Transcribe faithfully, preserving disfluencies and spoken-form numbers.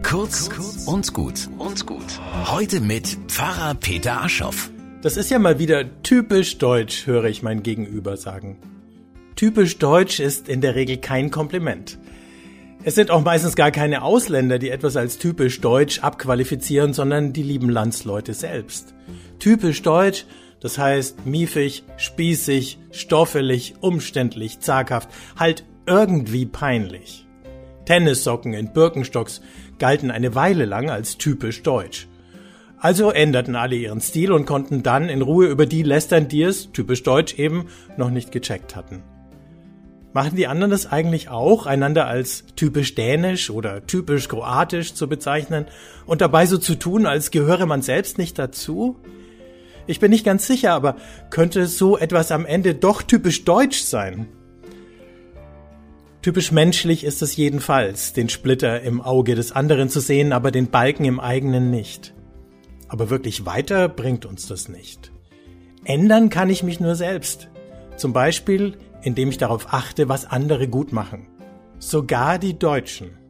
Kurz und gut und gut. Heute mit Pfarrer Peter Aschoff. Das ist ja mal wieder typisch deutsch, höre ich mein Gegenüber sagen. Typisch deutsch ist in der Regel kein Kompliment. Es sind auch meistens gar keine Ausländer, die etwas als typisch deutsch abqualifizieren, sondern die lieben Landsleute selbst. Typisch deutsch, das heißt miefig, spießig, stoffelig, umständlich, zaghaft, halt irgendwie peinlich. Tennissocken in Birkenstocks galten eine Weile lang als typisch deutsch. Also änderten alle ihren Stil und konnten dann in Ruhe über die lästern, die es, typisch deutsch eben, noch nicht gecheckt hatten. Machen die anderen das eigentlich auch, einander als typisch dänisch oder typisch kroatisch zu bezeichnen und dabei so zu tun, als gehöre man selbst nicht dazu? Ich bin nicht ganz sicher, aber könnte so etwas am Ende doch typisch deutsch sein? Typisch menschlich ist es jedenfalls, den Splitter im Auge des anderen zu sehen, aber den Balken im eigenen nicht. Aber wirklich weiter bringt uns das nicht. Ändern kann ich mich nur selbst. Zum Beispiel, indem ich darauf achte, was andere gut machen. Sogar die Deutschen.